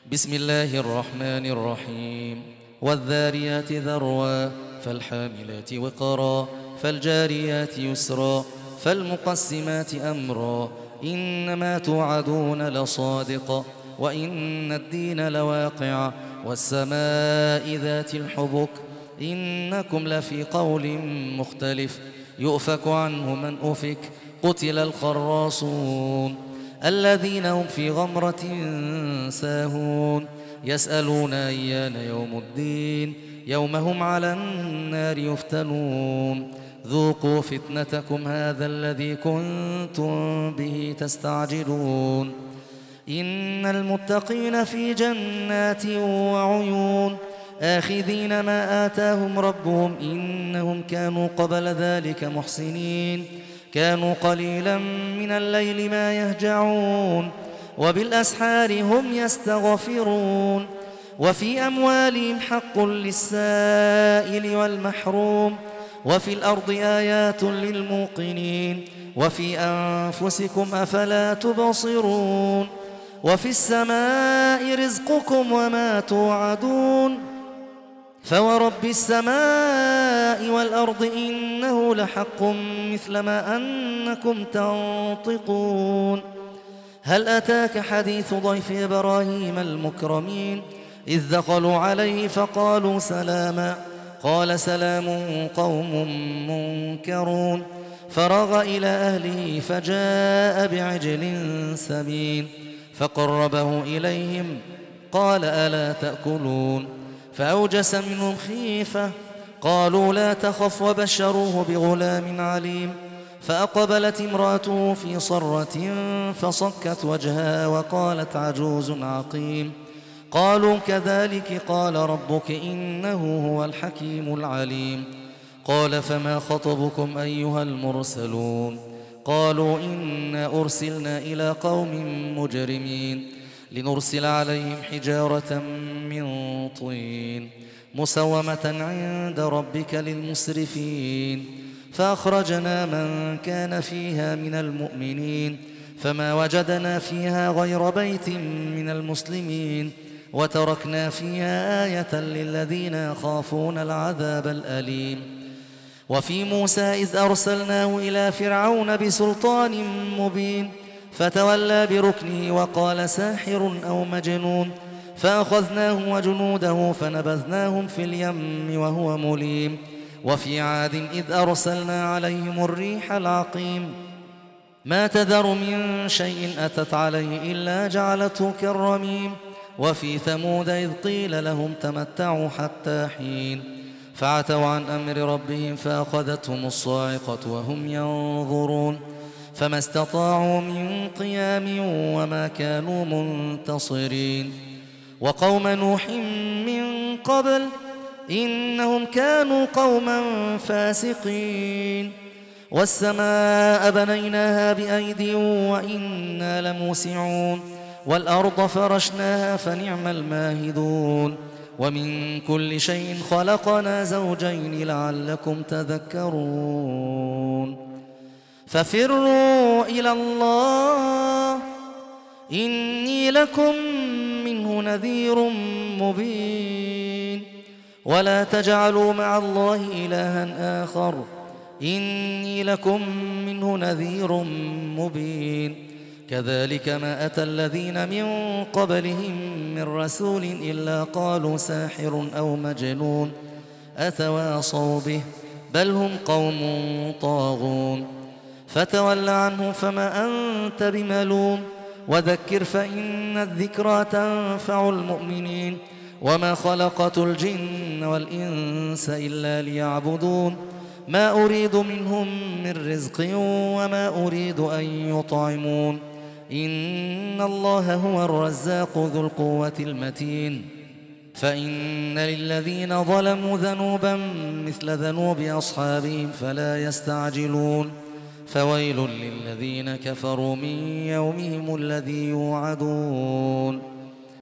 بسم الله الرحمن الرحيم والذاريات ذروا فالحاملات وقرا فالجاريات يسرا فالمقسمات أمرا إنما توعدون لصادق وإن الدين لواقع والسماء ذات الحبك إنكم لفي قول مختلف يؤفك عنه من أفك قتل الخراصون الذين هم في غمرة ساهون يسألون أيان يوم الدين يوم هم على النار يفتنون ذوقوا فتنتكم هذا الذي كنتم به تستعجلون إن المتقين في جنات وعيون آخذين ما آتاهم ربهم إنهم كانوا قبل ذلك محسنين كانوا قليلا من الليل ما يهجعون وبالأسحار هم يستغفرون وفي أموالهم حق للسائل والمحروم وفي الأرض آيات للموقنين وفي أنفسكم أفلا تبصرون وفي السماء رزقكم وما توعدون فورب السماء والأرض إنه لحق مثل ما أنكم تنطقون هل أتاك حديث ضيف إبراهيم المكرمين إذ دخلوا عليه فقالوا سلاما قال سلام قوم منكرون فرغ إلى أهله فجاء بعجل سمين فقربه إليهم قال ألا تأكلون فأوجس منهم خيفة قالوا لا تخف وبشروه بغلام عليم فأقبلت امرأته في صرة فصكت وجهها وقالت عجوز عقيم قالوا كذلك قال ربك إنه هو الحكيم العليم قال فما خطبكم أيها المرسلون قالوا إنا أرسلنا إلى قوم مجرمين لنرسل عليهم حجارة من طين مسومة عند ربك للمسرفين فأخرجنا من كان فيها من المؤمنين فما وجدنا فيها غير بيت من المسلمين وتركنا فيها آية للذين يخافون العذاب الأليم وفي موسى إذ أرسلناه إلى فرعون بسلطان مبين فتولى بركنه وقال ساحر أو مجنون فأخذناه وجنوده فنبذناهم في اليم وهو مليم وفي عاد إذ أرسلنا عليهم الريح العقيم ما تذر من شيء أتت عليه إلا جعلته كالرميم وفي ثمود إذ قيل لهم تمتعوا حتى حين فعتوا عن أمر ربهم فأخذتهم الصاعقة وهم ينظرون فما استطاعوا من قيام وما كانوا منتصرين وقوم نوح من قبل إنهم كانوا قوما فاسقين والسماء بنيناها بأيد وإنا لموسعون والأرض فرشناها فنعم الماهدون ومن كل شيء خلقنا زوجين لعلكم تذكرون ففروا إلى الله إني لكم منه نذير مبين ولا تجعلوا مع الله إلها آخر إني لكم منه نذير مبين كذلك ما أتى الذين من قبلهم من رسول إلا قالوا ساحر أو مجنون أتواصوا به بل هم قوم طاغون فتول عنه فما أنت بملوم وذكر فإن الذكرى تنفع المؤمنين وما خلقت الجن والإنس إلا ليعبدون ما أريد منهم من رزق وما أريد أن يطعمون إن الله هو الرزاق ذو القوة المتين فإن للذين ظلموا ذنوبا مثل ذنوب أصحابهم فلا يستعجلون فويل للذين كفروا من يومهم الذي يوعدون